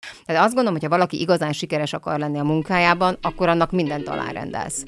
Tehát azt gondolom, hogyha valaki igazán sikeres akar lenni a munkájában, akkor annak mindent alárendelsz.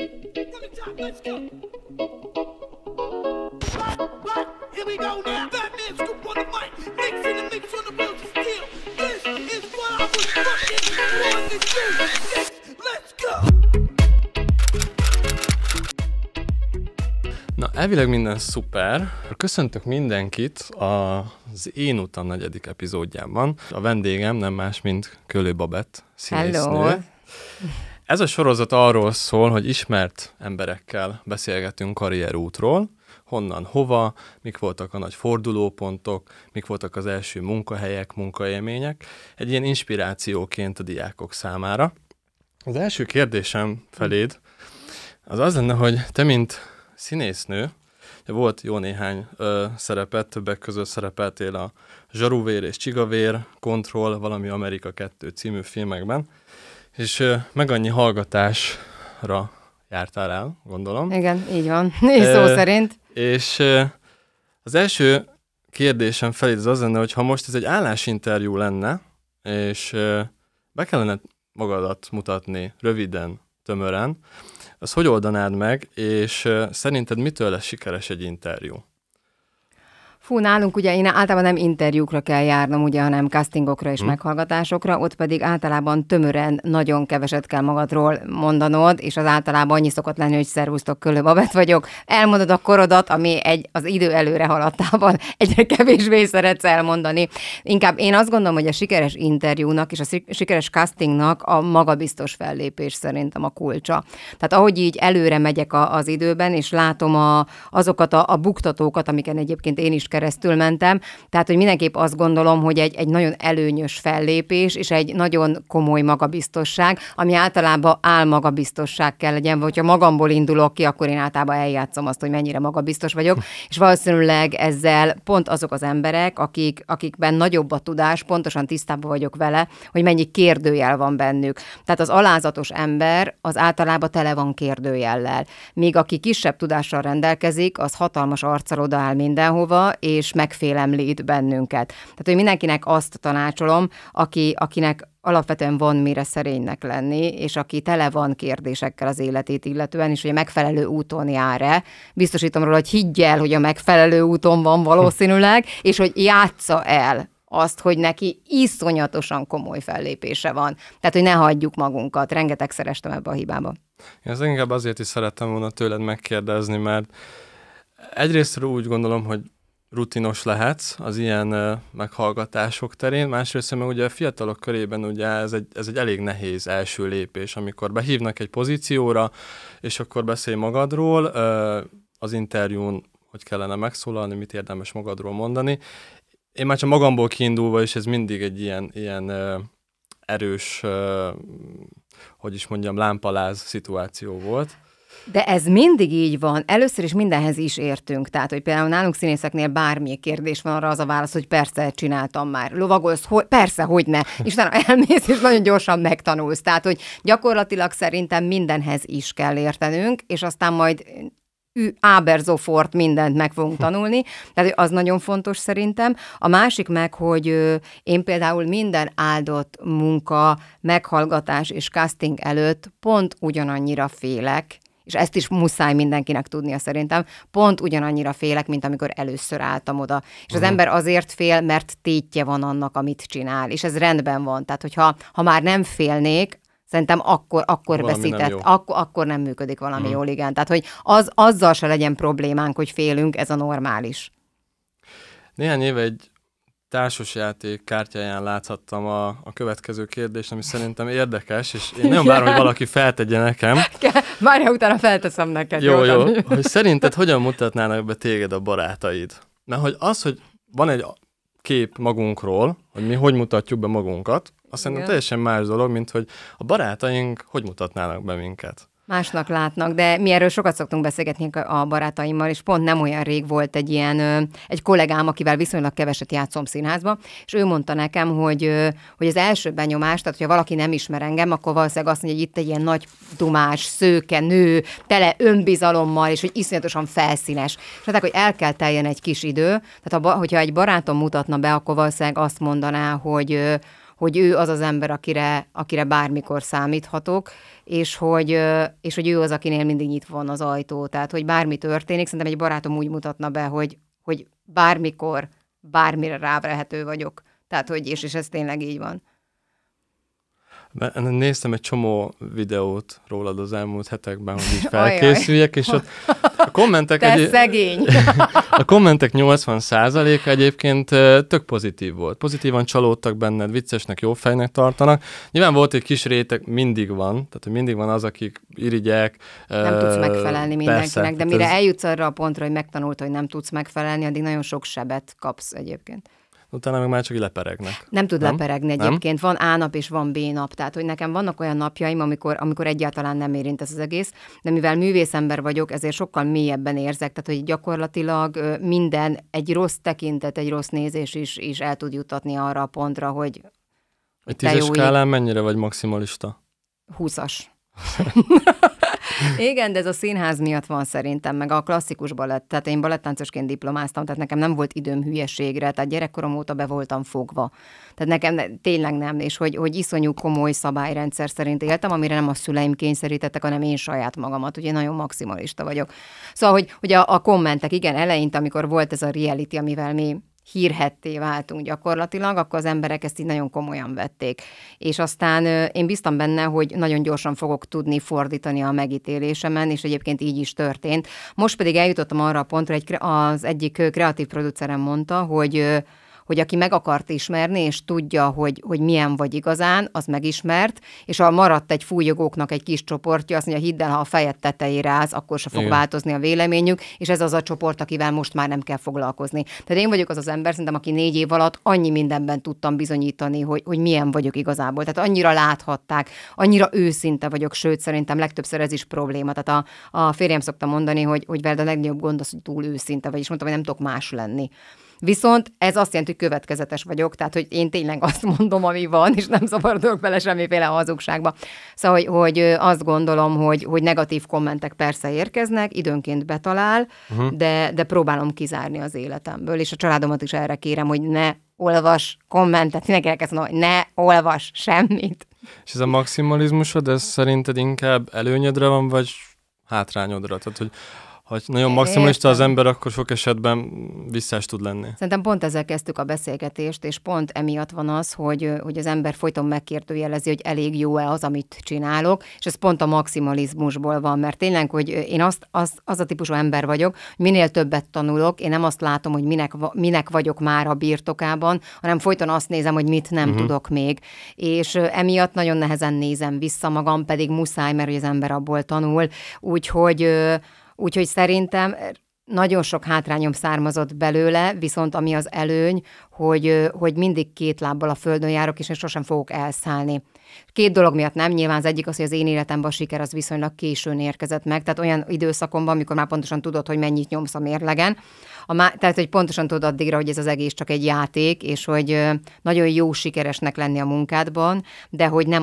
Na, elvileg minden szuper. Köszöntök mindenkit az Én utam 4. epizódjában. A vendégem nem más, mint Köllő Babett színésznő. Hello. Ez a sorozat arról szól, hogy ismert emberekkel beszélgetünk karrierútról, honnan, hova, mik voltak a nagy fordulópontok, mik voltak az első munkahelyek, munkaélmények, egy ilyen inspirációként a diákok számára. Az első kérdésem feléd az lenne, hogy te, mint színésznő, volt jó néhány szerepet, többek között szerepeltél a Zsaruvér és Csigavér, Kontroll, valami Amerika 2 című filmekben, és meg annyi hallgatásra jártál el, gondolom. Igen, így van. Szó szerint. És az első kérdésem feléd az lenne, hogy ha most ez egy állásinterjú lenne, és be kellene magadat mutatni röviden, tömören, azt hogy oldanád meg, és szerinted mitől lesz sikeres egy interjú? Fú, nálunk ugye én általában nem interjúkra kell járnom, ugye, hanem castingokra és meghallgatásokra, ott pedig általában tömören nagyon keveset kell magadról mondanod, és az általában annyi szokott lenni, hogy szervusztok, Köllő Babett vagyok, elmondod a korodat, ami az idő előre haladtában egyre kevésbé szeretsz elmondani. Inkább én azt gondolom, hogy a sikeres interjúnak és a sikeres castingnak a magabiztos fellépés szerintem a kulcsa. Tehát ahogy így előre megyek az időben, és látom azokat a buktatókat, amiken egyébként én is keresztül mentem. Tehát, hogy mindenképp azt gondolom, hogy egy nagyon előnyös fellépés, és egy nagyon komoly magabiztosság, ami általában álmagabiztosság kell legyen, vagy ha magamból indulok ki, akkor én általában eljátszom azt, hogy mennyire magabiztos vagyok, és valószínűleg ezzel pont azok az emberek, akikben nagyobb a tudás, pontosan tisztában vagyok vele, hogy mennyi kérdőjel van bennük. Tehát az alázatos ember az általában tele van kérdőjellel. Míg aki kisebb tudással rendelkezik, az hatalmas arccal odaáll mindenhova, és megfélemlít bennünket. Tehát, hogy mindenkinek azt tanácsolom, akinek alapvetően van mire szerénynek lenni, és aki tele van kérdésekkel az életét illetően, és hogy a megfelelő úton jár-e. Biztosítom róla, hogy higgy el, hogy a megfelelő úton van valószínűleg, és hogy játsza el azt, hogy neki iszonyatosan komoly fellépése van. Tehát, hogy ne hagyjuk magunkat. Rengetegszer estem ebbe a hibába. Én az inkább azért is szerettem volna tőled megkérdezni, mert egyrészt úgy gondolom, hogy rutinos lehetsz az ilyen meghallgatások terén, másrészt meg ugye a fiatalok körében ugye ez egy elég nehéz első lépés, amikor behívnak egy pozícióra, és akkor beszélj magadról, az interjún hogy kellene megszólalni, mit érdemes magadról mondani. Én már csak magamból kiindulva, és ez mindig egy ilyen erős, hogy is mondjam, lámpaláz szituáció volt. De ez mindig így van. Először is mindenhez is értünk. Tehát, hogy például nálunk színészeknél bármilyen kérdés van, arra az a válasz, hogy persze, csináltam már. Lovagolsz, persze, hogy ne. És utána elmész, és nagyon gyorsan megtanulsz. Tehát, hogy gyakorlatilag szerintem mindenhez is kell értenünk, és aztán majd aber sofort mindent meg fogunk tanulni, tehát az nagyon fontos szerintem. A másik meg, hogy én például minden áldott munka, meghallgatás és casting előtt pont ugyanannyira félek, és ezt is muszáj mindenkinek tudnia szerintem, pont ugyanannyira félek, mint amikor először álltam oda. És az ember azért fél, mert tétje van annak, amit csinál, és ez rendben van. Tehát, hogyha már nem félnék, szerintem akkor veszített, akkor nem működik valami jól, igen. Tehát, hogy azzal se legyen problémánk, hogy félünk, ez a normális. Néhány éve egy társasjáték kártyáján láthattam a következő kérdést, ami szerintem érdekes, és én nagyon várom, hogy valaki feltegye nekem. Várjál, utána felteszem neked. Jó. Hogy szerinted hogyan mutatnának be téged a barátaid? Mert hogy van egy kép magunkról, hogy mi hogy mutatjuk be magunkat, azt szerintem teljesen más dolog, mint hogy a barátaink hogy mutatnának be minket. Másnak látnak, de mi erről sokat szoktunk beszélgetni a barátaimmal, és pont nem olyan rég volt egy kollégám, akivel viszonylag keveset játszom színházba, és ő mondta nekem, hogy az első benyomás, tehát hogyha valaki nem ismer engem, akkor valószínűleg azt mondja, hogy itt egy ilyen nagy dumás, szőke nő, tele önbizalommal, és hogy iszonyatosan felszínes. És mondták, hogy el kell teljen egy kis idő, tehát hogyha egy barátom mutatna be, akkor valószínűleg azt mondaná, hogy hogy ő az az ember, akire bármikor számíthatok, és hogy ő az, akinél mindig nyitva van az ajtó. Tehát, hogy bármi történik, szerintem egy barátom úgy mutatna be, hogy bármikor, bármire rávehető vagyok. Tehát, hogy és ez tényleg így van. Néztem egy csomó videót rólad az elmúlt hetekben, hogy így felkészüljek, és ott a kommentek... szegény! A kommentek 80%-a egyébként tök pozitív volt. Pozitívan csalódtak benned, viccesnek, jó fejnek tartanak. Nyilván volt egy kis réteg, mindig van, tehát hogy mindig van az, akik irigyek. Nem tudsz megfelelni mindenkinek, de mire eljutsz arra a pontra, hogy megtanult, hogy nem tudsz megfelelni, addig nagyon sok sebet kapsz egyébként. Utána meg már csak leperegnek. Nem tud leperegni egyébként. Van A-nap és van B-nap. Tehát, hogy nekem vannak olyan napjaim, amikor egyáltalán nem érint ez az egész, de mivel művészember vagyok, ezért sokkal mélyebben érzek. Tehát, hogy gyakorlatilag minden, egy rossz tekintet, egy rossz nézés is el tud juttatni arra a pontra, hogy egy 10-es skálán mennyire vagy maximalista? 20-as. Igen, de ez a színház miatt van szerintem, meg a klasszikus balett. Tehát én balettáncosként diplomáztam, tehát nekem nem volt időm hülyeségre, tehát gyerekkorom óta be voltam fogva. Tehát nekem tényleg nem, és hogy iszonyú komoly szabályrendszer szerint éltem, amire nem a szüleim kényszerítettek, hanem én saját magamat. Ugye nagyon maximalista vagyok. Szóval, hogy a kommentek, igen, eleinte, amikor volt ez a reality, amivel mi hírhetté váltunk gyakorlatilag, akkor az emberek ezt így nagyon komolyan vették. És aztán én bíztam benne, hogy nagyon gyorsan fogok tudni fordítani a megítélésemen, és egyébként így is történt. Most pedig eljutottam arra a pontra, az egyik kreatív producerem mondta, hogy aki meg akart ismerni, és tudja, hogy milyen vagy igazán, az megismert, és ha maradt egy fújogóknak egy kis csoportja, azt mondja, hidd el, ha a fejed tetejére állsz, akkor se fog változni a véleményük, és ez az a csoport, akivel most már nem kell foglalkozni. Tehát én vagyok az az ember, szerintem, aki 4 év alatt annyi mindenben tudtam bizonyítani, hogy milyen vagyok igazából. Tehát annyira láthatták, annyira őszinte vagyok, sőt, szerintem legtöbbször ez is probléma. Tehát a férjem szokta mondani, hogy veled a legnagyobb gond az, hogy túl őszinte vagy, és mondtam, hogy nem tudok más lenni. Viszont ez azt jelenti, hogy következetes vagyok, tehát hogy én tényleg azt mondom, ami van, és nem szabadok bele semmiféle hazugságba. Szóval, hogy azt gondolom, hogy negatív kommentek persze érkeznek, időnként betalál, de próbálom kizárni az életemből, és a családomat is erre kérem, hogy ne olvas kommentet, mindenki elkezd mondani, hogy ne olvas semmit. És ez a maximalizmusod, ez szerinted inkább előnyödre van, vagy hátrányodra? Tehát, hogy nagyon maximalista az ember, akkor sok esetben visszás tud lenni. Szerintem pont ezzel kezdtük a beszélgetést, és pont emiatt van az, hogy az ember folyton megkérdőjelezi, hogy elég jó-e az, amit csinálok, és ez pont a maximalizmusból van, mert tényleg, hogy én az a típusú ember vagyok, hogy minél többet tanulok, én nem azt látom, hogy minek vagyok már a birtokában, hanem folyton azt nézem, hogy mit nem tudok még. És emiatt nagyon nehezen nézem vissza magam, pedig muszáj, mert az ember abból tanul, Úgyhogy szerintem nagyon sok hátrányom származott belőle, viszont ami az előny, hogy mindig 2 lábbal a földön járok, és én sosem fogok elszállni. 2 dolog miatt nem, nyilván az egyik az, hogy az én életemben a siker az viszonylag későn érkezett meg, tehát olyan időszakomban, amikor már pontosan tudod, hogy mennyit nyomsz a mérlegen, tehát hogy pontosan tudod addigra, hogy ez az egész csak egy játék, és hogy nagyon jó sikeresnek lenni a munkádban, de hogy nem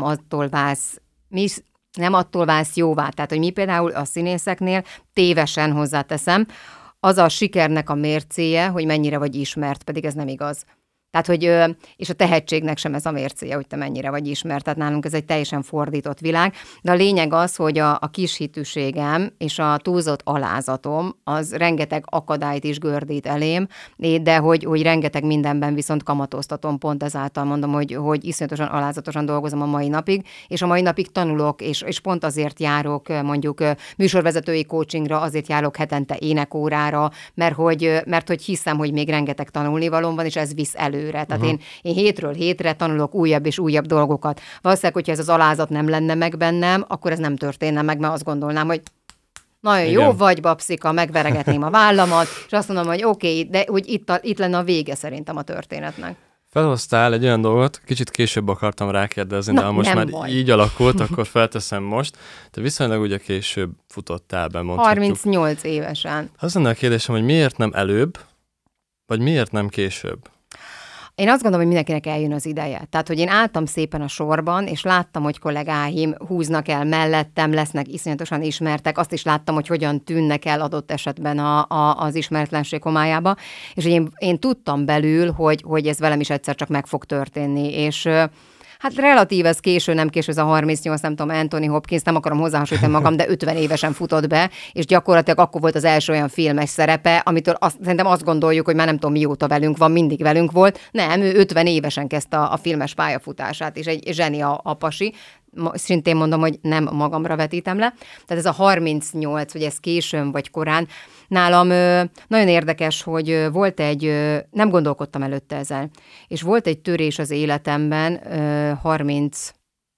attól válsz jóvá. Tehát, hogy mi például a színészeknél tévesen hozzáteszem, az a sikernek a mércéje, hogy mennyire vagy ismert, pedig ez nem igaz. Tehát, hogy, és a tehetségnek sem ez a mércéje, hogy te mennyire vagy ismert. Tehát nálunk ez egy teljesen fordított világ. De a lényeg az, hogy a kis hitűségem és a túlzott alázatom, az rengeteg akadályt is gördít elém, de hogy rengeteg mindenben viszont kamatoztatom, pont ezáltal mondom, hogy iszonyatosan alázatosan dolgozom a mai napig, és a mai napig tanulok, és pont azért járok mondjuk műsorvezetői coachingra, azért járok hetente énekórára, mert hogy hiszem, hogy még rengeteg tanulnivalóm van, és ez visz elő. Tehát én hétről hétre tanulok újabb és újabb dolgokat. Valószínűleg, hogyha ez az alázat nem lenne meg bennem, akkor ez nem történne meg, mert azt gondolnám, hogy nagyon jó vagy, babszika, megveregetném a vállamat, és azt mondom, hogy oké, de hogy itt lenne a vége szerintem a történetnek. Felhoztál egy olyan dolgot, kicsit később akartam rákérdezni, de ha most már így alakult, akkor felteszem most. Te viszonylag ugye később futottál be, mondhatjuk. 38 évesen. Az lenne a kérdésem, hogy miért nem előbb, vagy miért nem később? Én azt gondolom, hogy mindenkinek eljön az ideje. Tehát, hogy én álltam szépen a sorban, és láttam, hogy kollégáim húznak el mellettem, lesznek iszonyatosan ismertek, azt is láttam, hogy hogyan tűnnek el adott esetben az ismeretlenség homályába, és hogy én tudtam belül, hogy ez velem is egyszer csak meg fog történni, és hát relatív ez késő, nem késő, ez a 38, nem tudom, Anthony Hopkins, nem akarom hozzáhasonlítani magam, de 50 évesen futott be, és gyakorlatilag akkor volt az első olyan filmes szerepe, amitől szerintem azt gondoljuk, hogy már nem tudom mióta velünk van, mindig velünk volt. Nem, ő 50 évesen kezdte a filmes pályafutását, és egy zseni a pasi. Szintén mondom, hogy nem magamra vetítem le. Tehát ez a 38, hogy ez későn vagy korán. Nálam nagyon érdekes, hogy volt nem gondolkodtam előtte ezen, és volt egy törés az életemben, 34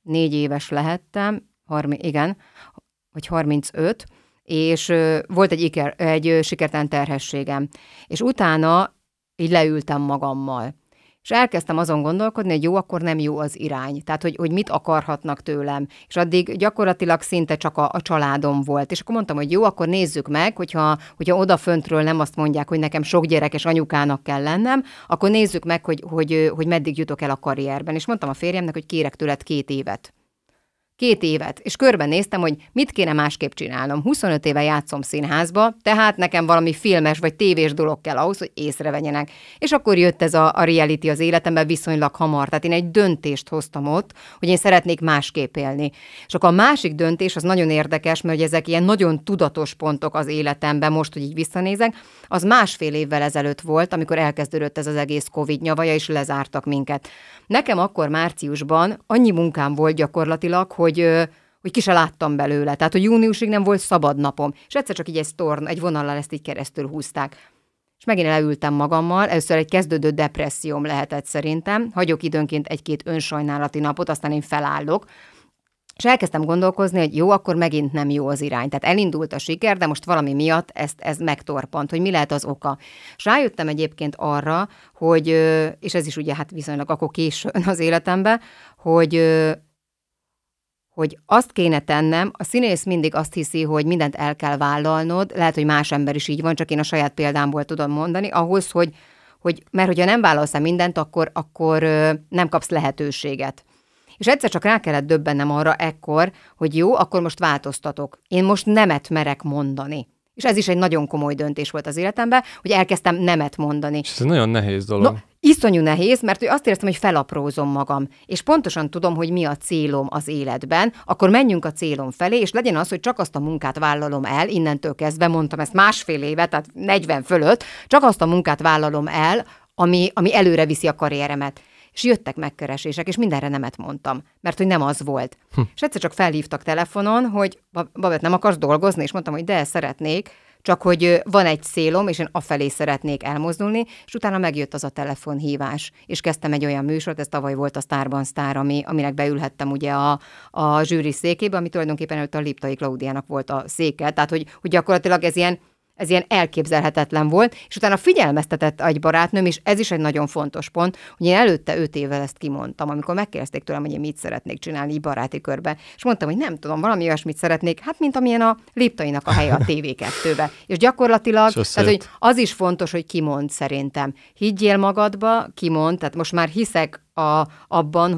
éves lehettem, igen, vagy 35, és volt egy sikertelen terhességem. És utána így leültem magammal. És elkezdtem azon gondolkodni, hogy jó, akkor nem jó az irány. Tehát, hogy mit akarhatnak tőlem. És addig gyakorlatilag szinte csak a családom volt. És akkor mondtam, hogy jó, akkor nézzük meg, hogyha odaföntről nem azt mondják, hogy nekem sok gyerekes anyukának kell lennem, akkor nézzük meg, hogy meddig jutok el a karrierben. És mondtam a férjemnek, hogy kérek tőled 2 évet. 2 évet, és körbenéztem, hogy mit kéne másképp csinálnom. 25 éve játszom színházba, tehát nekem valami filmes vagy tévés dolog kell ahhoz, hogy észrevenjenek. És akkor jött ez a reality az életemben viszonylag hamar. Tehát én egy döntést hoztam ott, hogy én szeretnék másképp élni. És akkor a másik döntés az nagyon érdekes, mert hogy ezek ilyen nagyon tudatos pontok az életemben, most, hogy így visszanézek, az 1,5 évvel ezelőtt volt, amikor elkezdődött ez az egész Covid nyavaja, és lezártak minket. Nekem akkor márciusban annyi munkám volt gyakorlatilag, hogy ki se láttam belőle. Tehát, hogy júniusig nem volt szabad napom. És egyszer csak így egy vonallal ezt így keresztül húzták. És megint leültem magammal, először egy kezdődő depresszióm lehetett szerintem. Hagyok időnként 1-2 önsajnálati napot, aztán én felállok. És elkezdtem gondolkozni, hogy jó, akkor megint nem jó az irány. Tehát elindult a siker, de most valami miatt ez megtorpant, hogy mi lehet az oka. És rájöttem egyébként arra, hogy, és ez is ugye hát viszonylag akkor későn az életemben, hogy azt kéne tennem, a színész mindig azt hiszi, hogy mindent el kell vállalnod, lehet, hogy más ember is így van, csak én a saját példámból tudom mondani, ahhoz, mert hogyha nem vállalsz el mindent, akkor nem kapsz lehetőséget. És egyszer csak rá kellett döbbennem arra ekkor, hogy jó, akkor most változtatok. Én most nemet merek mondani. És ez is egy nagyon komoly döntés volt az életemben, hogy elkezdtem nemet mondani. És ez nagyon nehéz dolog. Iszonyú nehéz, mert azt éreztem, hogy felaprózom magam. És pontosan tudom, hogy mi a célom az életben, akkor menjünk a célom felé, és legyen az, hogy csak azt a munkát vállalom el, innentől kezdve, mondtam ezt 1,5 éve, tehát 40 fölött, csak azt a munkát vállalom el, ami előre viszi a karrieremet. És jöttek megkeresések, és mindenre nemet mondtam, mert hogy nem az volt. És egyszer csak felhívtak telefonon, hogy Babett, nem akarsz dolgozni? És mondtam, hogy de, szeretnék, csak hogy van egy célom, és én afelé szeretnék elmozdulni, és utána megjött az a telefonhívás, és kezdtem egy olyan műsort, ez tavaly volt a Sztárban Sztár, aminek beülhettem ugye a zsűri székébe, ami tulajdonképpen előtt a Liptai Klaudiának volt a széke, tehát hogy gyakorlatilag ez ilyen elképzelhetetlen volt, és utána figyelmeztetett egy barátnőm, és ez is egy nagyon fontos pont, hogy én előtte 5 évvel ezt kimondtam, amikor megkérdezték tőlem, hogy én mit szeretnék csinálni így baráti körben, és mondtam, hogy nem tudom, valami olyasmit szeretnék, hát mint amilyen a Liptainak a helye a TV2-be. És gyakorlatilag, tehát, hogy az is fontos, hogy kimond szerintem. Higgyél magadba, kimond, tehát most már hiszek abban,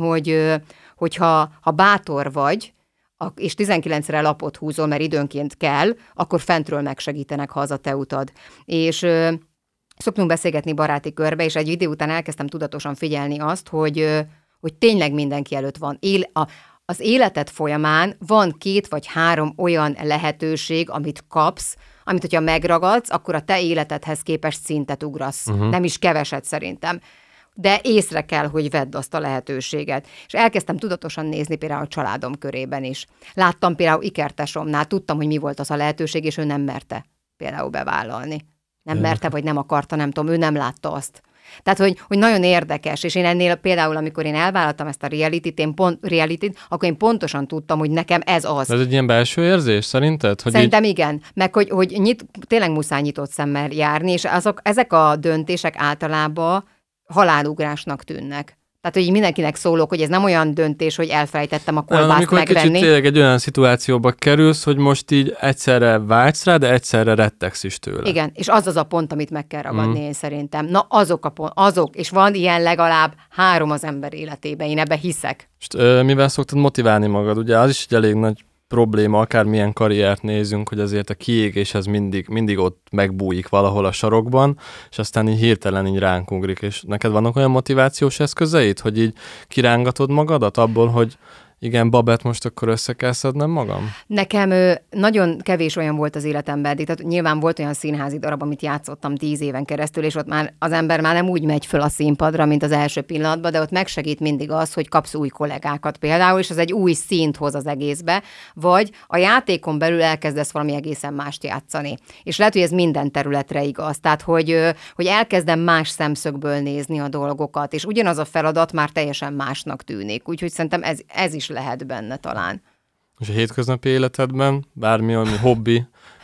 hogyha bátor vagy, és 19-re lapot húzol, mert időnként kell, akkor fentről megsegítenek, ha az a te utad. És szoktunk beszélgetni baráti körbe, és egy idő után elkezdtem tudatosan figyelni azt, hogy tényleg mindenki előtt van. Az életed folyamán van 2 vagy 3 olyan lehetőség, amit kapsz, amit, hogyha megragadsz, akkor a te életedhez képest szintet ugrasz. Nem is keveset szerintem. De észre kell, hogy vedd azt a lehetőséget. És elkezdtem tudatosan nézni például a családom körében is. Láttam például ikertesomnál, tudtam, hogy mi volt az a lehetőség, és ő nem merte például bevállalni. Nem merte, vagy nem akarta, nem tudom, ő nem látta azt. Tehát, hogy nagyon érdekes, és én ennél például, amikor én elvállaltam ezt a realityt, akkor én pontosan tudtam, hogy nekem ez az. Ez egy ilyen belső érzés, szerinted? Hogy szerintem igen, meg hogy tényleg muszáj nyitott szemmel járni, és ezek a döntések általában halálugrásnak tűnnek. Tehát, hogy így mindenkinek szólok, hogy ez nem olyan döntés, hogy elfelejtettem a kolbászt amikor megvenni. kicsit tényleg egy olyan szituációba kerülsz, hogy most így egyszerre vágysz rá, de egyszerre rettegsz is tőle. Igen, és az a pont, amit meg kell ragadni, én szerintem. Na, azok, és van ilyen legalább 3 az ember életében, én ebbe hiszek. És mivel szoktad motiválni magad? Ugye az is egy elég nagy probléma, akármilyen karriert nézünk, hogy azért a kiégés az mindig ott megbújik valahol a sarokban, és aztán így hirtelen így ránk ugrik. És neked vannak olyan motivációs eszközeid, hogy így kirángatod magadat abból, hogy igen, Babett, most akkor össze kell szednem magam? Nekem nagyon kevés olyan volt az életemben eddig, tehát nyilván volt olyan színházi darab, amit játszottam 10 éven keresztül, és ott már az ember már nem úgy megy föl a színpadra, mint az első pillanatban, de ott megsegít mindig az, hogy kapsz új kollégákat például, és az egy új színt hoz az egészbe, vagy a játékon belül elkezdesz valami egészen mást játszani. És lehet, hogy ez minden területre igaz, tehát hogy elkezdem más szemszögből nézni a dolgokat, és ugyanaz a feladat már teljesen másnak tűnik. Úgyhogy szerintem ez is lehet benne talán. És a hétköznapi életedben bármi, ami hobbi,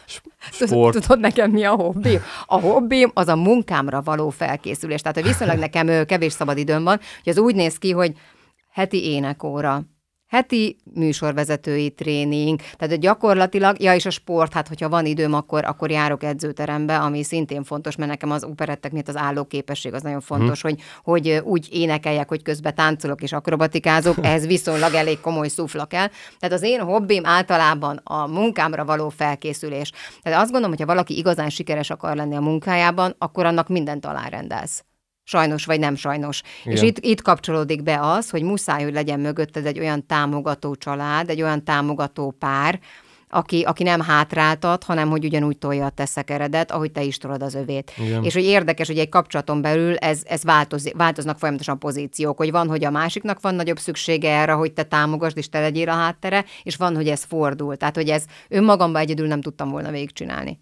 sport. Tudod nekem mi a hobbi? A hobbim az a munkámra való felkészülés. Tehát, hogy viszonylag nekem kevés szabadidőm van, hogy az úgy néz ki, hogy heti énekóra, heti műsorvezetői tréning, tehát gyakorlatilag, és a sport, hát hogyha van időm, akkor járok edzőterembe, ami szintén fontos, mert nekem az operettek miatt az állóképesség az nagyon fontos, hogy úgy énekeljek, hogy közben táncolok és akrobatikázok, ez viszonylag elég komoly szufla kell. Tehát az én hobbim általában a munkámra való felkészülés. Tehát azt gondolom, hogyha valaki igazán sikeres akar lenni a munkájában, akkor annak mindent alárendelsz. Sajnos, vagy nem sajnos. Igen. És itt kapcsolódik be az, hogy muszáj, hogy legyen mögötted egy olyan támogató család, egy olyan támogató pár, aki nem hátráltat, hanem hogy ugyanúgy tolja a te szekeredet, ahogy te is tolod az övét. Igen. És hogy érdekes, hogy egy kapcsolaton belül ez változnak folyamatosan a pozíciók, hogy van, hogy a másiknak van nagyobb szüksége erre, hogy te támogasd, és te legyél a háttere, és van, hogy ez fordul. Tehát, hogy ez önmagamban egyedül nem tudtam volna végigcsinálni.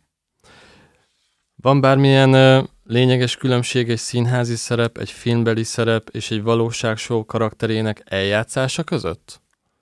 Van bármilyen lényeges különbség egy színházi szerep, egy filmbeli szerep és egy valóságshow karakterének eljátszása között?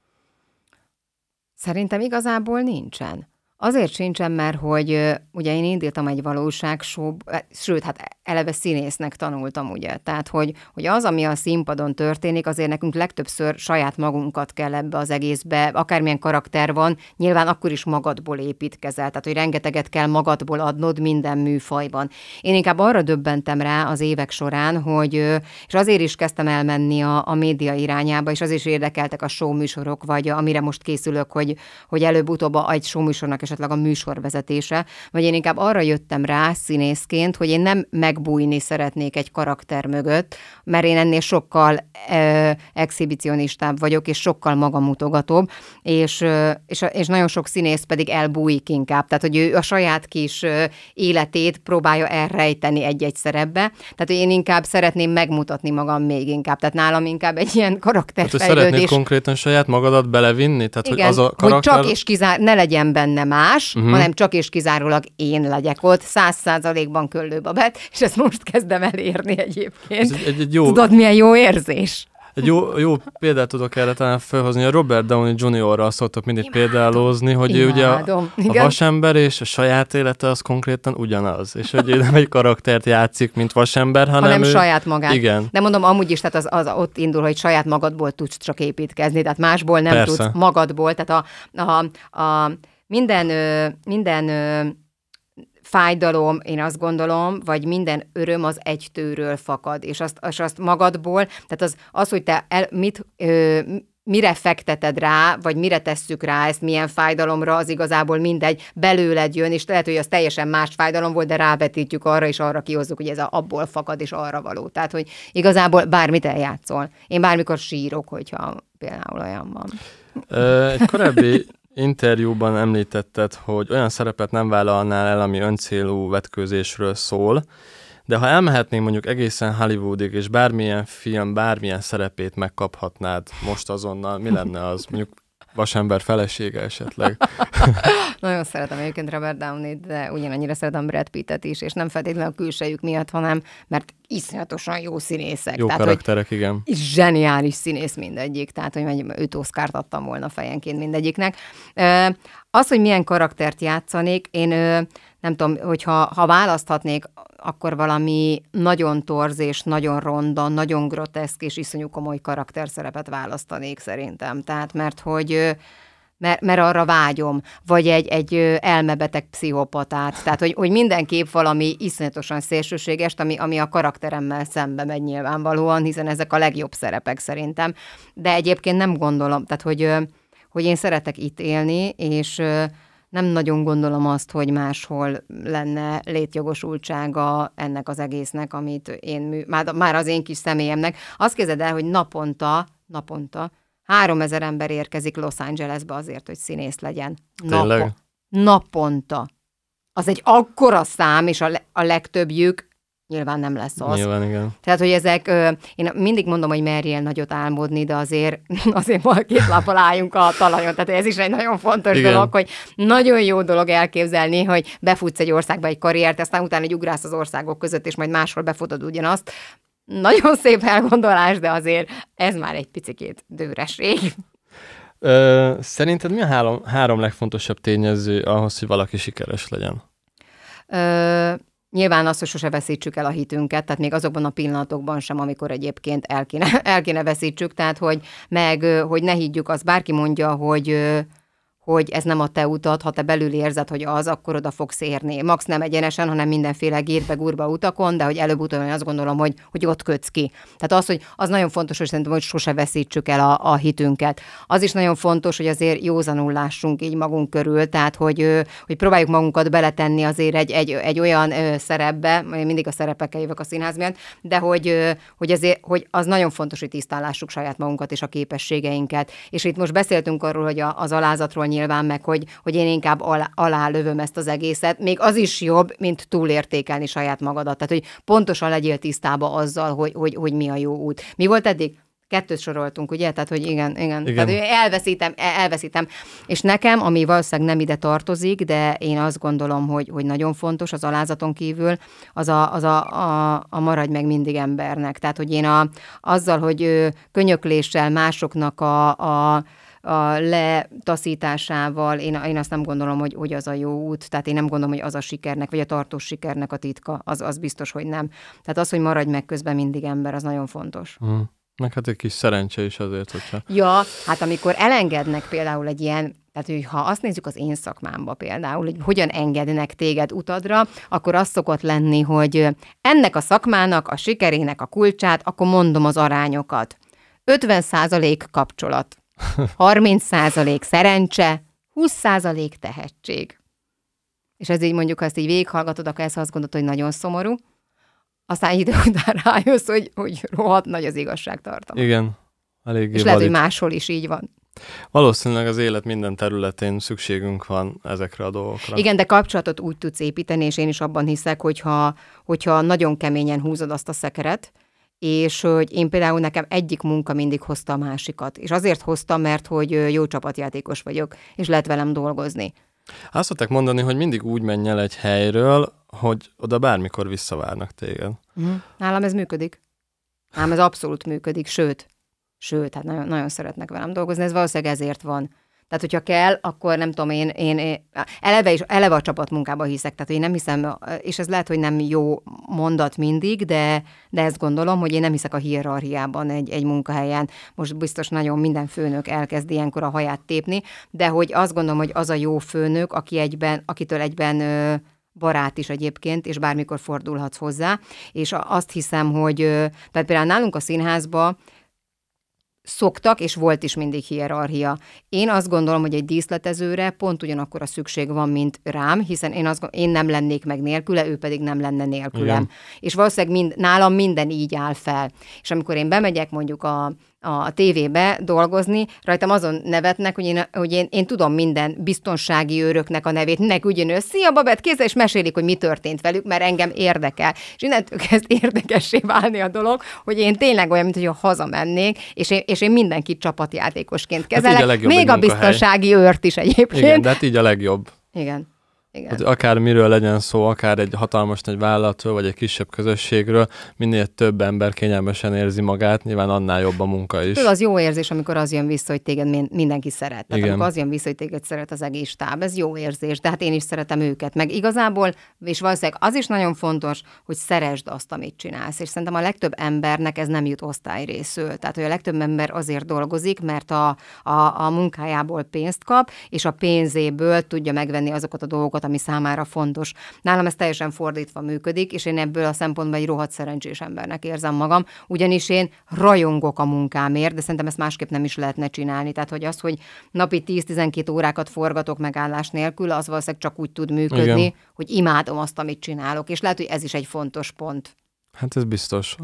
Szerintem igazából nincsen. Azért sincsen, mert hogy ugye én indítom egy valóságshow, sőt, hát eleve színésznek tanultam, ugye. Tehát, hogy az, ami a színpadon történik, azért nekünk legtöbbször saját magunkat kell ebbe az egészbe, akármilyen karakter van, nyilván akkor is magadból építkezel, tehát, hogy rengeteget kell magadból adnod minden műfajban. Én inkább arra döbbentem rá az évek során, hogy, és azért is kezdtem elmenni a média irányába, és azért is érdekeltek a show műsorok, vagy amire most készülök, hogy előbb-utóbb egy show műsornak esetleg a műsorvezetése, vagy én inkább arra jöttem rá színészként, hogy én nem megbújni szeretnék egy karakter mögött, mert én ennél sokkal exhibicionistább vagyok, és sokkal magamutogatóbb, és nagyon sok színész pedig elbújik inkább, tehát hogy ő a saját kis életét próbálja elrejteni egy-egy szerepbe, tehát hogy én inkább szeretném megmutatni magam még inkább, tehát nálam inkább egy ilyen karakterfejlődés. Hát, szeretnéd konkrétan saját magadat belevinni? Tehát, igen, hogy az a karakter... hogy csak és ne legyen benne más, hanem csak és kizárólag én legyek ott, 100%-ban Köllő Babett, és ezt most kezdem elérni egyébként. Egy jó... Tudod, milyen jó érzés? Egy jó példát tudok erre talán felhozni. A Robert Downey Jr.-ral szoktak mindig példálózni, hogy ő ugye a vasember és a saját élete az konkrétan ugyanaz. És hogy ő nem egy karaktert játszik, mint vasember, hanem ő... saját magát. Igen. De mondom, amúgy is, tehát az ott indul, hogy saját magadból tudsz csak építkezni, tehát másból nem Persze. tudsz, magadból. Tehát minden fájdalom, én azt gondolom, vagy minden öröm az egy tőről fakad, és azt magadból, tehát az hogy te mire fekteted rá, vagy mire tesszük rá ezt, milyen fájdalomra, az igazából mindegy, belőled jön, és lehet, hogy az teljesen más fájdalom volt, de rávetítjük arra, és arra kihozzuk, hogy ez abból fakad, és arra való. Tehát, hogy igazából bármit eljátszol. Én bármikor sírok, hogyha például olyan van. Egy korábbi interjúban említetted, hogy olyan szerepet nem vállalnál el, ami öncélú vetkőzésről szól, de ha elmehetnénk mondjuk egészen Hollywoodig, és bármilyen film, bármilyen szerepét megkaphatnád most azonnal, mi lenne az? Mondjuk vasember felesége esetleg. Nagyon szeretem egyébként Robert Downey-t, de ugyanannyira szeretem Brad Pittet is, és nem feltétlenül a külsejük miatt, hanem mert iszonyatosan jó színészek. Jó tehát, karakterek, igen. Zseniális színész mindegyik, tehát hogy 5 Oscart adtam volna fejenként mindegyiknek. Az, hogy milyen karaktert játszanék, én nem tudom, hogyha választhatnék, akkor valami nagyon torz és nagyon ronda, nagyon groteszk és iszonyú komoly karakterszerepet választanék szerintem. Tehát mert arra vágyom, vagy egy elmebeteg pszichopatát. Tehát, hogy mindenképp valami iszonyatosan szélsőségest, ami a karakteremmel szembe megy nyilvánvalóan, hiszen ezek a legjobb szerepek szerintem. De egyébként nem gondolom, tehát, hogy én szeretek itt élni, és nem nagyon gondolom azt, hogy máshol lenne létjogosultsága ennek az egésznek, amit én már az én kis személyemnek. Azt képzeld el, hogy naponta 3000 ember érkezik Los Angelesbe azért, hogy színész legyen. Naponta. Az egy akkora szám, és a legtöbbjük nyilván nem lesz az. Nyilván, igen. Tehát, hogy ezek, én mindig mondom, hogy merjél nagyot álmodni, de azért majd két lábbal álljunk a talajon. Tehát ez is egy nagyon fontos dolog, hogy nagyon jó dolog elképzelni, hogy befutsz egy országba egy karriert, aztán utána egy ugrász az országok között, és majd máshol befutod ugyanazt. Nagyon szép elgondolás, de azért ez már egy picikét dőreség. Szerinted mi a három legfontosabb tényező ahhoz, hogy valaki sikeres legyen? Nyilván azt, hogy sose veszítsük el a hitünket, tehát még azokban a pillanatokban sem, amikor egyébként el kéne veszítsük, tehát hogy ne higgyük azt, bárki mondja, hogy ez nem a te utad, ha te belül érzed, hogy az, akkor oda fogsz érni. Max nem egyenesen, hanem mindenféle gírbe-gurba utakon, de hogy előbb-utóbb azt gondolom, hogy ott kötsz ki. Tehát az nagyon fontos, hogy szerintem, hogy sose veszítsük el a hitünket. Az is nagyon fontos, hogy azért józanul lássunk így magunk körül, tehát hogy próbáljuk magunkat beletenni azért egy olyan szerepbe, mindig a szerepekkel jövök a színház miatt, de hogy az nagyon fontos, hogy tisztán lássuk saját magunkat és a képességeinket. És itt most beszéltünk arról, hogy az alázatról nyilván meg, hogy én inkább alálövöm ezt az egészet. Még az is jobb, mint túlértékelni saját magadat. Tehát, hogy pontosan legyél tisztába azzal, hogy mi a jó út. Mi volt eddig? 2 soroltunk, ugye? Tehát, hogy igen. Tehát, hogy elveszítem. És nekem, ami valószínűleg nem ide tartozik, de én azt gondolom, hogy nagyon fontos az alázaton kívül, az a maradj meg mindig embernek. Tehát, hogy én azzal, hogy könyökléssel másoknak a letaszításával, én azt nem gondolom, hogy az a jó út, tehát én nem gondolom, hogy az a sikernek, vagy a tartós sikernek a titka, az biztos, hogy nem. Tehát az, hogy maradj meg közben mindig ember, az nagyon fontos. Meg hát egy kis szerencse is azért, hogyha... Ja, hát amikor elengednek például egy ilyen, tehát hogy ha azt nézzük az én szakmámba például, hogy hogyan engednek téged utadra, akkor az szokott lenni, hogy ennek a szakmának, a sikerének a kulcsát, akkor mondom az arányokat. 50% kapcsolat. 30% szerencse, 20% tehetség. És ez így mondjuk, ha ezt így végighallgatod, akkor ezt azt gondolod, hogy nagyon szomorú, aztán idő után rájössz, hogy rohadt nagy az igazságtartam. Igen, eléggé és lehet, hogy máshol is így van. Valószínűleg az élet minden területén szükségünk van ezekre a dolgokra. Igen, de kapcsolatot úgy tudsz építeni, és én is abban hiszek, hogyha nagyon keményen húzod azt a szekeret, és hogy én például nekem egyik munka mindig hozta a másikat. És azért hoztam, mert hogy jó csapatjátékos vagyok, és lehet velem dolgozni. Azt szokták mondani, hogy mindig úgy menj el egy helyről, hogy oda bármikor visszavárnak téged. Nálam ez működik. Nálam ez abszolút működik, sőt, hát nagyon, nagyon szeretnek velem dolgozni, ez valószínűleg ezért van. Tehát, hogyha kell, akkor nem tudom, én eleve a csapatmunkába hiszek, tehát én nem hiszem, és ez lehet, hogy nem jó mondat mindig, de ezt gondolom, hogy én nem hiszek a hierarchiában egy munkahelyen. Most biztos nagyon minden főnök elkezd ilyenkor a haját tépni, de hogy azt gondolom, hogy az a jó főnök, akitől egyben barát is egyébként, és bármikor fordulhatsz hozzá, és azt hiszem, hogy tehát például nálunk a színházban szoktak, és volt is mindig hierarchia. Én azt gondolom, hogy egy díszletezőre pont ugyanakkor a szükség van, mint rám, hiszen én nem lennék meg nélküle, ő pedig nem lenne nélkülem. Igen. És valószínűleg nálam minden így áll fel. És amikor én bemegyek mondjuk a tévébe dolgozni, rajtam azon nevetnek, hogy én tudom minden biztonsági őröknek a nevét, mindenki ugyanő, szia Babett, kézzel, és mesélik, hogy mi történt velük, mert engem érdekel. És innentől kezd érdekessé válni a dolog, hogy én tényleg olyan, mint hogy hazamennék, és én mindenkit csapatjátékosként kezelek, hát még a biztonsági őrt is egyébként. Igen, de hát így a legjobb. Igen. Igen. Hát akár miről legyen szó, akár egy hatalmas nagy vállalatról, vagy egy kisebb közösségről, minél több ember kényelmesen érzi magát, nyilván annál jobb a munka is. Az jó érzés, amikor az jön vissza, hogy téged mindenki szeret. Tehát Igen. amikor az jön vissza, hogy téged szeret az egész stáb, ez jó érzés, de hát én is szeretem őket. Meg igazából, és valószínűleg az is nagyon fontos, hogy szeresd azt, amit csinálsz. És szerintem a legtöbb embernek ez nem jut osztályrészül. Tehát, hogy a legtöbb ember azért dolgozik, mert a munkájából pénzt kap, és a pénzéből tudja megvenni azokat a dolgokat, ami számára fontos. Nálam ez teljesen fordítva működik, és én ebből a szempontból egy rohadt szerencsés embernek érzem magam, ugyanis én rajongok a munkámért, de szerintem ezt másképp nem is lehetne csinálni. Tehát, hogy az, hogy napi 10-12 órákat forgatok megállás nélkül, az valószínűleg csak úgy tud működni, igen, hogy imádom azt, amit csinálok, és lehet, hogy ez is egy fontos pont. Hát ez biztos.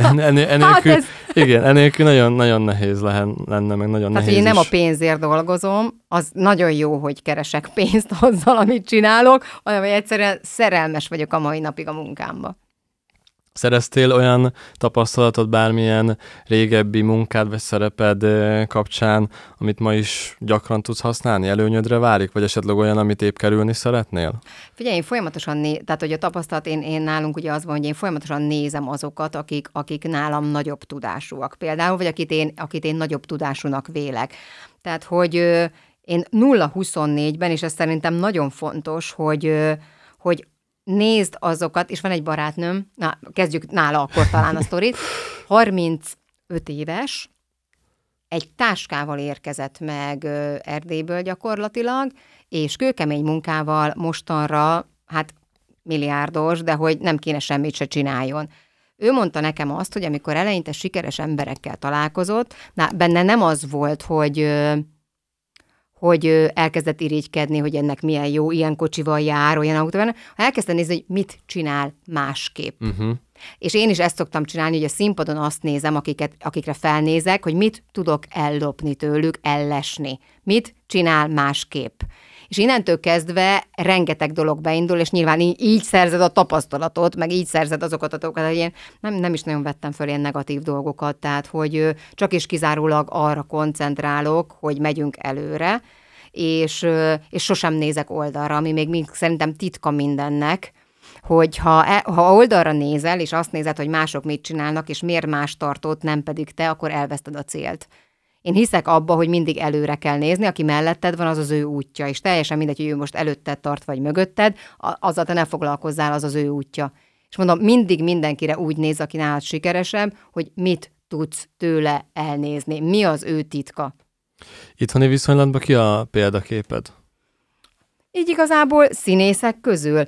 Enélkül nagyon nehéz lenne, meg nagyon nehéz. Hát, én nem a pénzért dolgozom, az nagyon jó, hogy keresek pénzt azzal, amit csinálok, hanem hogy egyszerűen szerelmes vagyok a mai napig a munkámba. Szereztél olyan tapasztalatot bármilyen régebbi munkád vagy szereped kapcsán, amit ma is gyakran tudsz használni, előnyödre válik, vagy esetleg olyan, amit épp kerülni szeretnél? Figyelj, én folyamatosan, tehát hogy a tapasztalat, én nálunk ugye az van, hogy én folyamatosan nézem azokat, akik nálam nagyobb tudásúak például, vagy akit én nagyobb tudásúnak vélek. Tehát, hogy én 0-24-ben, és ez szerintem nagyon fontos, hogy nézd azokat, és van egy barátnőm, kezdjük nála akkor talán a sztorit, 35 éves, egy táskával érkezett meg Erdélyből gyakorlatilag, és kőkemény munkával mostanra, hát milliárdos, de hogy nem kéne semmit se csináljon. Ő mondta nekem azt, hogy amikor eleinte sikeres emberekkel találkozott, benne nem az volt, hogy elkezdett irigykedni, hogy ennek milyen jó, ilyen kocsival jár, olyan autóval, elkezdte nézni, hogy mit csinál másképp. És én is ezt szoktam csinálni, hogy a színpadon azt nézem, akikre felnézek, hogy mit tudok ellopni tőlük, ellesni. Mit csinál másképp. És innentől kezdve rengeteg dolog beindul, és nyilván így szerzed a tapasztalatot, meg így szerzed azokat a dolgokat, hogy én nem is nagyon vettem föl ilyen negatív dolgokat, tehát hogy csak és kizárólag arra koncentrálok, hogy megyünk előre, és sosem nézek oldalra, ami még szerintem titka mindennek, hogy ha oldalra nézel, és azt nézed, hogy mások mit csinálnak, és miért más tartott, nem pedig te, akkor elveszted a célt. Én hiszek abba, hogy mindig előre kell nézni, aki melletted van, az az ő útja, és teljesen mindegy, hogy ő most előtted tart, vagy mögötted, azzal te ne foglalkozzál, az az ő útja. És mondom, mindig mindenkire úgy néz, aki nálad sikeresebb, hogy mit tudsz tőle elnézni, mi az ő titka. Itthoni viszonylatban ki a példaképed? Így igazából színészek közül.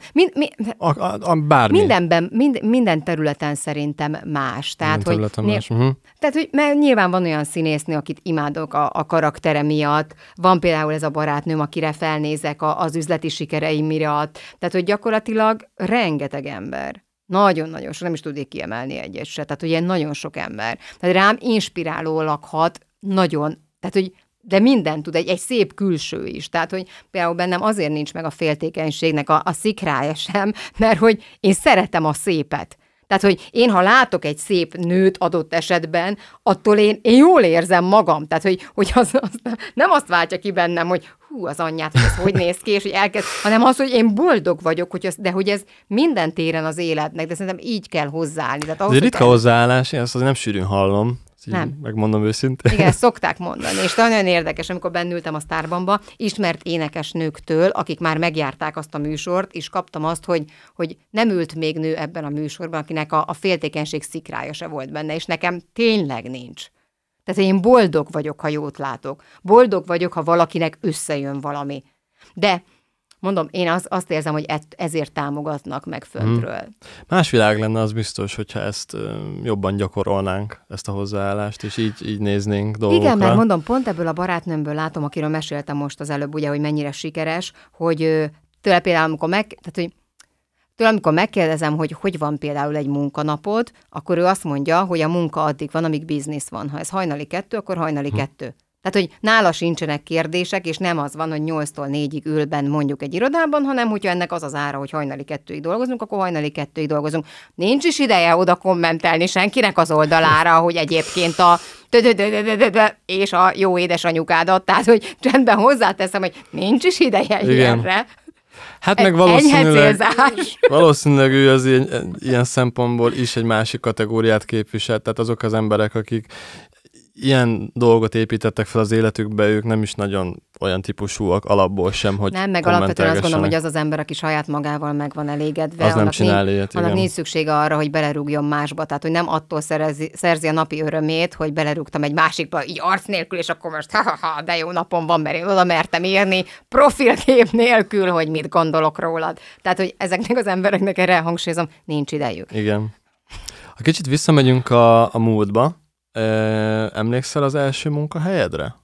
Bármi. Minden területen szerintem más. Tehát, más. Tehát, hogy mert nyilván van olyan színésznő, akit imádok a karaktere miatt. Van például ez a barátnőm, akire felnézek az üzleti sikereim miatt. Tehát, hogy gyakorlatilag rengeteg ember. Nagyon-nagyon sok, nem is tudnék kiemelni egyet se. Tehát, hogy ilyen nagyon sok ember. Tehát rám inspirálólag hat nagyon. Tehát, hogy de minden tud, egy szép külső is. Tehát, hogy például bennem azért nincs meg a féltékenységnek a szikrája sem, mert hogy én szeretem a szépet. Tehát, hogy én, ha látok egy szép nőt adott esetben, attól én jól érzem magam. Tehát, hogy az nem azt váltja ki bennem, hogy hú, az anyját, hogy ez hogy néz ki, és hogy elkezd, hanem az, hogy én boldog vagyok, de hogy ez minden téren az életnek, de szerintem így kell hozzáállni. Ez egy ritka hozzáállás, én ezt azért nem sűrűn hallom. Nem. Megmondom őszintén. Igen, szokták mondani, és nagyon érdekes, amikor bennültem a Sztárbamba, ismert énekesnőktől, akik már megjárták azt a műsort, és kaptam azt, hogy nem ült még nő ebben a műsorban, akinek a féltékenység szikrája se volt benne, és nekem tényleg nincs. Tehát én boldog vagyok, ha jót látok. Boldog vagyok, ha valakinek összejön valami. De mondom, én azt érzem, hogy ezért támogatnak meg föntről. Más világ lenne az biztos, hogyha ezt jobban gyakorolnánk, ezt a hozzáállást, és így néznénk dolgokra. Igen, mert mondom, pont ebből a barátnőmből látom, akiről meséltem most az előbb, ugye, hogy mennyire sikeres, hogy tőle például, amikor megkérdezem, hogy van például egy munkanapod, akkor ő azt mondja, hogy a munka addig van, amíg biznisz van. Ha ez hajnali 2, akkor hajnali 2. Tehát, hogy nála sincsenek kérdések, és nem az van, hogy 8-tól 4-ig ül benn mondjuk egy irodában, hanem hogyha ennek az az ára, hogy hajnali 2-ig dolgozunk, akkor hajnali 2-ig dolgozunk. Nincs is ideje oda kommentelni senkinek az oldalára, hogy egyébként és a jó édesanyukádat, tehát, hogy csendben hozzáteszem, hogy nincs is ideje ilyenre. Hát meg valószínűleg ő az ilyen szempontból is egy másik kategóriát képvisel, tehát azok az emberek, akik ilyen dolgot építettek fel az életükbe, ők nem is nagyon olyan típusúak alapból sem, hogy nem, meg alapvetően azt gondolom, hogy az az ember, aki saját magával meg van elégedve, az nem csinál ilyet, annak nincs szüksége arra, hogy belerúgjon másba, tehát hogy nem attól szerzi a napi örömét, hogy belerúgtam egy másikba, így arc nélkül, és akkor most de jó napom van, mert én oda mertem írni, profilkép nélkül, hogy mit gondolok rólad. Tehát, hogy ezeknek az embereknek erre hangsúlyozom, nincs idejük. Igen. Ha kicsit visszamegyünk a múltba, emlékszel az első munkahelyedre?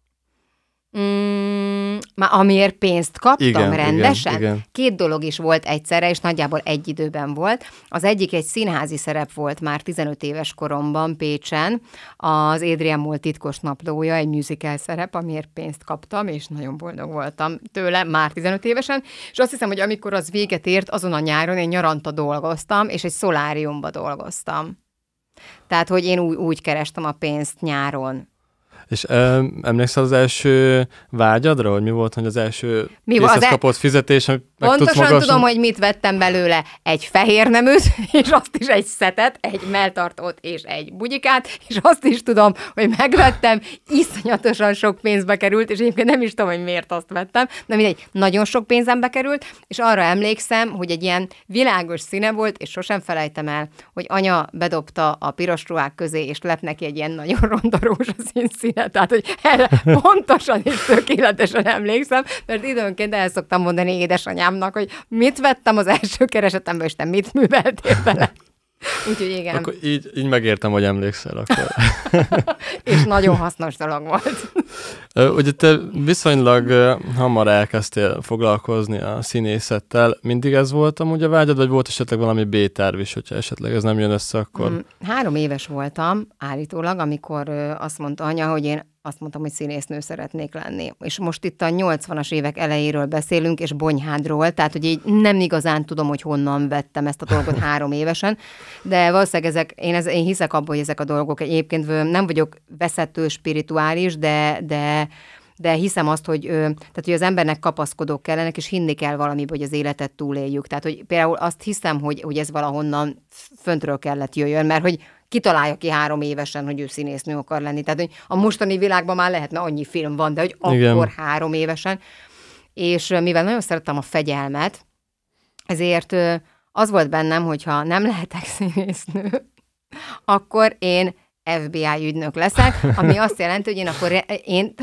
Már amiért pénzt kaptam igen, rendesen? Igen. 2 dolog is volt egyszerre, és nagyjából egy időben volt. Az egyik egy színházi szerep volt már 15 éves koromban Pécsen. Az Adrian Mole titkos naplója, egy musical szerep, amiért pénzt kaptam, és nagyon boldog voltam tőle már 15 évesen. És azt hiszem, hogy amikor az véget ért, azon a nyáron én nyaranta dolgoztam, és egy szoláriumba dolgoztam. Tehát, hogy én úgy kerestem a pénzt nyáron. És emlékszel az első vágyadra, hogy mi volt, hogy az első készhez kapott fizetés, amit meg tudsz pontosan tudom, hogy mit vettem belőle. Egy fehér neműt, és azt is egy szetet, egy melltartót és egy bugyikát, és azt is tudom, hogy megvettem, iszonyatosan sok pénzbe került, és egyébként nem is tudom, hogy miért azt vettem, de mindegy, nagyon sok pénzembe került, és arra emlékszem, hogy egy ilyen világos színe volt, és sosem felejtem el, hogy anya bedobta a piros ruhák közé, és lett neki egy ilyen nagyon ronda rózsaszín színe. Tehát, hogy erre pontosan és tökéletesen emlékszem, mert időnként el szoktam mondani édesanyámnak, hogy mit vettem az első keresetemben, és te mit műveltél vele. Úgyhogy igen. Akkor így megértem, hogy emlékszel akkor. És nagyon hasznos dolog volt. Ugye te viszonylag hamar elkezdtél foglalkozni a színészettel. Mindig ez volt amúgy a vágyad, vagy volt esetleg valami B-terv is, hogyha esetleg ez nem jön össze, akkor... 3 éves voltam állítólag, amikor azt mondta anya, hogy én azt mondtam, hogy színésznő szeretnék lenni. És most itt a 80-as évek elejéről beszélünk, és Bonyhádról, tehát hogy így nem igazán tudom, hogy honnan vettem ezt a dolgot 3 évesen, de valószínűleg én hiszek abban, hogy ezek a dolgok egyébként nem vagyok veszettő spirituális, de hiszem azt, hogy, tehát, hogy az embernek kapaszkodók kellenek, és hinni kell valamiben, hogy az életet túléljük. Tehát, hogy például azt hiszem, hogy ez valahonnan föntről kellett jöjjön, mert hogy kitalálja ki 3 évesen, hogy ő színésznő akar lenni. Tehát, hogy a mostani világban már lehetne annyi film van, de hogy igen. Akkor 3 évesen. És mivel nagyon szerettem a fegyelmet, ezért az volt bennem, hogyha nem lehetek színésznő, akkor én FBI ügynök leszek, ami azt jelenti, hogy én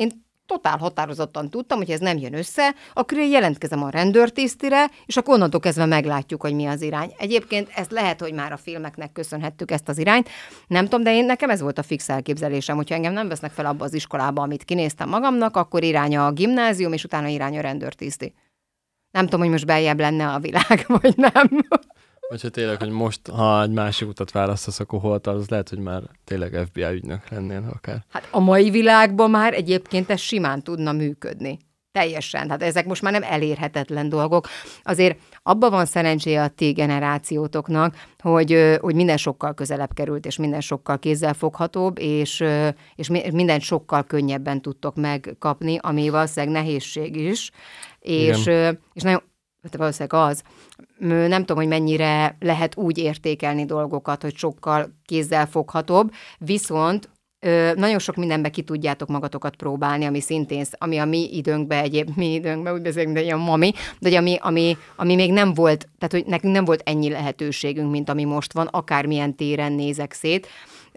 totál határozottan tudtam, hogy ez nem jön össze, akkor én jelentkezem a rendőrtisztire, és akkor onnantól kezdve meglátjuk, hogy mi az irány. Egyébként ez lehet, hogy már a filmeknek köszönhettük ezt az irányt, nem tudom, de nekem ez volt a fix elképzelésem, hogyha engem nem vesznek fel abba az iskolába, amit kinéztem magamnak, akkor irány a gimnázium, és utána irány a rendőrtiszti. Nem tudom, hogy most beljebb lenne a világ, vagy nem. Vagy hogy tényleg, hogy most, ha egy másik utat választasz, akkor hol tartasz, lehet, hogy már tényleg FBI ügynök lennél akár. Hát a mai világban már egyébként ez simán tudna működni. Teljesen. Hát ezek most már nem elérhetetlen dolgok. Azért abban van szerencséje a ti generációtoknak, hogy minden sokkal közelebb került, és minden sokkal kézzelfoghatóbb, és mindent sokkal könnyebben tudtok megkapni, ami valószínűleg nehézség is. És nagyon valószínűleg az. Nem tudom, hogy mennyire lehet úgy értékelni dolgokat, hogy sokkal kézzelfoghatóbb, viszont nagyon sok mindenbe ki tudjátok magatokat próbálni, ami szintén, ami a mi időnkben, úgy beszélünk, de ilyen mami, de ami még nem volt, tehát hogy nekünk nem volt ennyi lehetőségünk, mint ami most van, akármilyen téren nézek szét.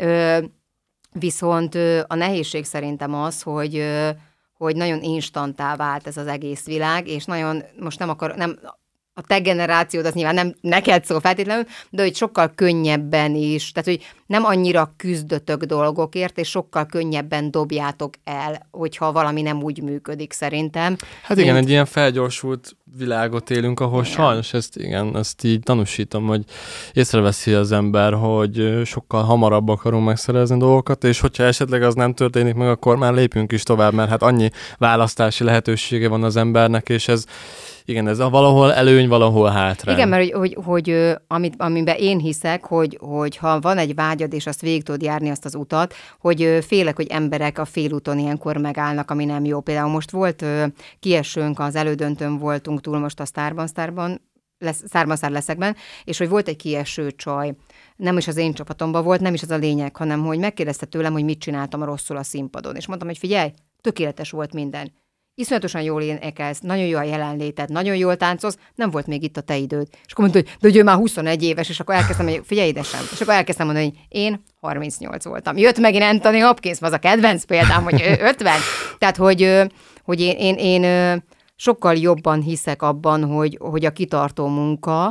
Viszont a nehézség szerintem az, hogy nagyon instantá vált ez az egész világ, és nagyon, most a te generációd az nyilván nem neked szól feltétlenül, de hogy sokkal könnyebben is, tehát hogy nem annyira küzdötök dolgokért, és sokkal könnyebben dobjátok el, hogyha valami nem úgy működik szerintem. Hát igen, egy ilyen felgyorsult világot élünk, ahol sajnos ezt így tanúsítom, hogy észreveszi az ember, hogy sokkal hamarabb akarunk megszerezni dolgokat, és hogyha esetleg az nem történik meg, akkor már lépünk is tovább, mert hát annyi választási lehetősége van az embernek, és ez valahol előny, valahol hátrány. Igen, mert hogy amiben én hiszek, hogy ha van egy vágyad vágyad, és azt végig tudod járni azt az utat, hogy félek, hogy emberek a félúton ilyenkor megállnak, ami nem jó. Például most volt kiesőnk, az elődöntőn voltunk túl most a Sztárban leszekben, és hogy volt egy kieső csaj. Nem is az én csapatomban volt, nem is az a lényeg, hanem hogy megkérdezte tőlem, hogy mit csináltam rosszul a színpadon. És mondtam, hogy figyelj, tökéletes volt minden. Iszonyatosan jól énekelsz, nagyon jó a jelenléted, nagyon jól táncolsz, nem volt még itt a te időd. És akkor mondta, hogy ő már 21 éves, és akkor elkezdtem, hogy figyelj édesem. És akkor elkezdtem mondani, hogy én 38 voltam. Jött megint Anthony Hopkins, az a kedvenc példám, hogy 50. Tehát, hogy én sokkal jobban hiszek abban, hogy a kitartó munka,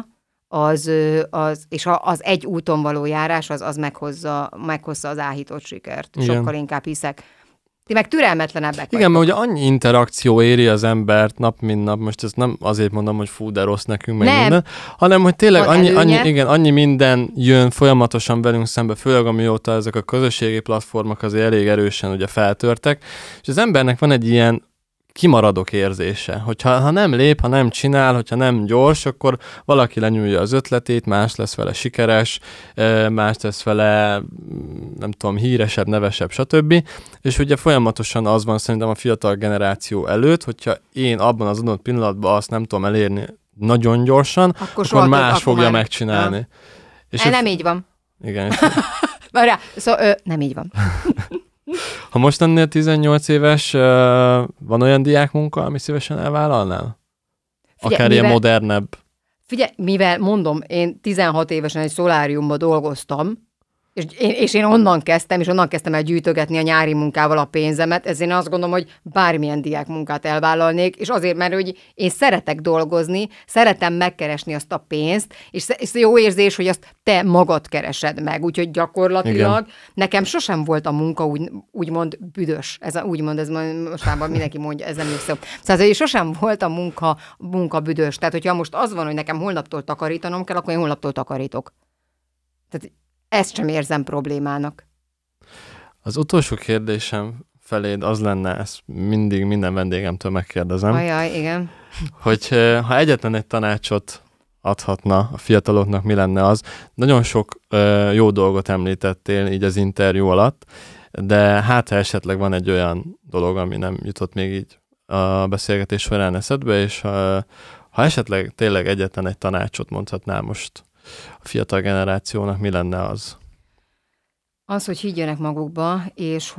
és az egy úton való járás, az meghozza az áhított sikert. Igen. Sokkal inkább hiszek. Ti meg türelmetlenebbek. Igen, mert ugye annyi interakció éri az embert nap, mint nap, most ezt nem azért mondom, hogy fú, de rossz nekünk, meg minden, hanem hogy tényleg annyi minden jön folyamatosan velünk szembe, főleg amióta ezek a közösségi platformok azért elég erősen ugye feltörtek, és az embernek van egy ilyen kimaradok érzése, hogyha nem lép, ha nem csinál, hogyha nem gyors, akkor valaki lenyúlja az ötletét, más lesz vele sikeres, más lesz vele, nem tudom, híresebb, nevesebb, stb. És ugye folyamatosan az van szerintem a fiatal generáció előtt, hogyha én abban az adott pillanatban azt nem tudom elérni nagyon gyorsan, akkor más fogja megcsinálni. Ja. És nem így van. Igen. Várjál, szóval nem így van. Ha most lennél 18 éves, van olyan diákmunka, ami szívesen elvállalnál? Akár ilyen modernebb. Figyelj, mivel mondom, én 16 évesen egy szoláriumban dolgoztam, és én onnan kezdtem el gyűjtögetni a nyári munkával a pénzemet, ezért én azt gondolom, hogy bármilyen diákmunkát elvállalnék, és azért, mert hogy én szeretek dolgozni, szeretem megkeresni azt a pénzt, és jó érzés, hogy azt te magad keresed meg, úgyhogy gyakorlatilag igen. Nekem sosem volt a munka úgymond büdös, ez mostában mindenki mondja, ez nem jó szó. Szóval hogy sosem volt a munka büdös, tehát hogyha most az van, hogy nekem holnaptól takarítanom kell, akkor én holnaptól takarítok. Tehát ezt sem érzem problémának. Az utolsó kérdésem feléd az lenne, ezt mindig minden vendégemtől megkérdezem. Ajaj, igen. Hogy ha egyetlen egy tanácsot adhatna a fiataloknak, mi lenne az? Nagyon sok jó dolgot említettél így az interjú alatt, de hát ha esetleg van egy olyan dolog, ami nem jutott még így a beszélgetés során eszedbe, és ha esetleg tényleg egyetlen egy tanácsot mondhatnál most a fiatal generációnak, mi lenne az? Az, hogy higgyenek magukba, és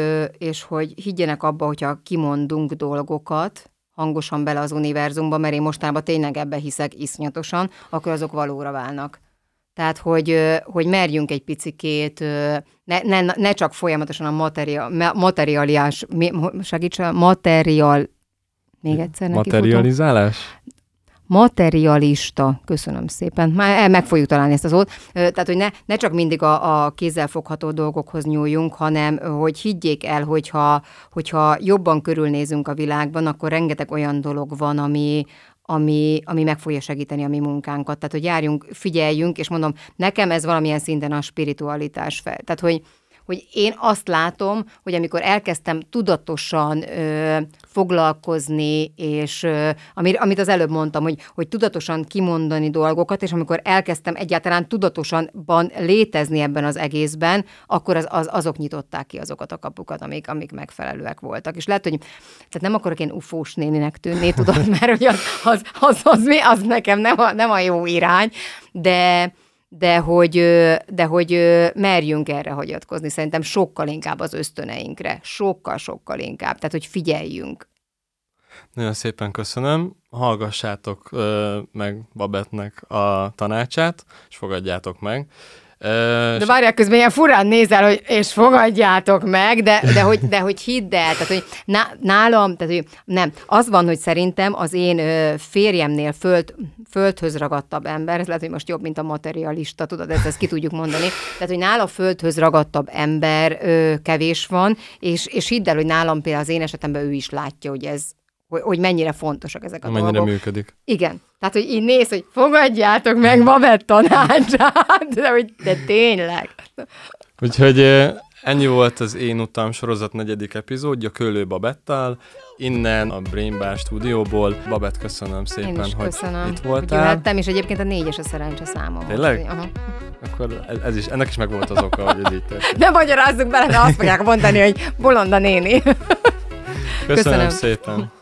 hogy higgyenek abba, hogyha kimondunk dolgokat hangosan bele az univerzumba, mert én mostanában tényleg ebbe hiszek iszonyatosan, akkor azok valóra válnak. Tehát, hogy merjünk egy picikét, ne csak folyamatosan a még egyszer. Materializálás? Materialista, köszönöm szépen. Már meg fogjuk találni ezt az szót. Tehát, hogy ne csak mindig a kézzelfogható dolgokhoz nyúljunk, hanem hogy higgyék el, hogyha jobban körülnézünk a világban, akkor rengeteg olyan dolog van, ami meg fogja segíteni a mi munkánkat. Tehát, hogy járjunk, figyeljünk, és mondom, nekem ez valamilyen szinten a spiritualitás fel. Tehát, hogy én azt látom, hogy amikor elkezdtem tudatosan foglalkozni, és amit az előbb mondtam, hogy tudatosan kimondani dolgokat, és amikor elkezdtem egyáltalán tudatosanban létezni ebben az egészben, akkor azok nyitották ki azokat a kapukat, amik megfelelőek voltak. És lehet, hogy tehát nem akarok én ufós néninek tűnni, tudod, mert hogy az nekem nem a jó irány, de hogy merjünk erre hagyatkozni, szerintem sokkal inkább az ösztöneinkre, sokkal inkább, tehát hogy figyeljünk. Nagyon szépen köszönöm, hallgassátok meg Babettnek a tanácsát, és fogadjátok meg. De várjál, közben ilyen furán nézel, hogy és fogadjátok meg, de hogy hidd el, tehát hogy nálam, tehát hogy nem, az van, hogy szerintem az én férjemnél földhöz ragadtabb ember, ez lehet, hogy most jobb, mint a materialista, tudod, ezt ki tudjuk mondani, tehát hogy nála földhöz ragadtabb ember kevés van, és hidd el, hogy nálam például az én esetemben ő is látja, hogy mennyire fontosak ezek a dolgok. Mennyire működik. Igen. Tehát, hogy így néz, hogy fogadjátok meg Babett tanácsát, de tényleg. Úgyhogy Ennyi volt az Én utam sorozat 4. epizódja Köllő Babettal, innen a Brain Bar stúdióból. Babett, köszönöm szépen, hogy itt voltál. Hogy jöhettem, és egyébként a 4-es a szerencse számom. Tényleg? Akkor ennek is megvolt az oka, hogy így történt. Ne magyarázzunk bele, de azt fogják mondani, hogy bolonda néni. Köszönöm szépen.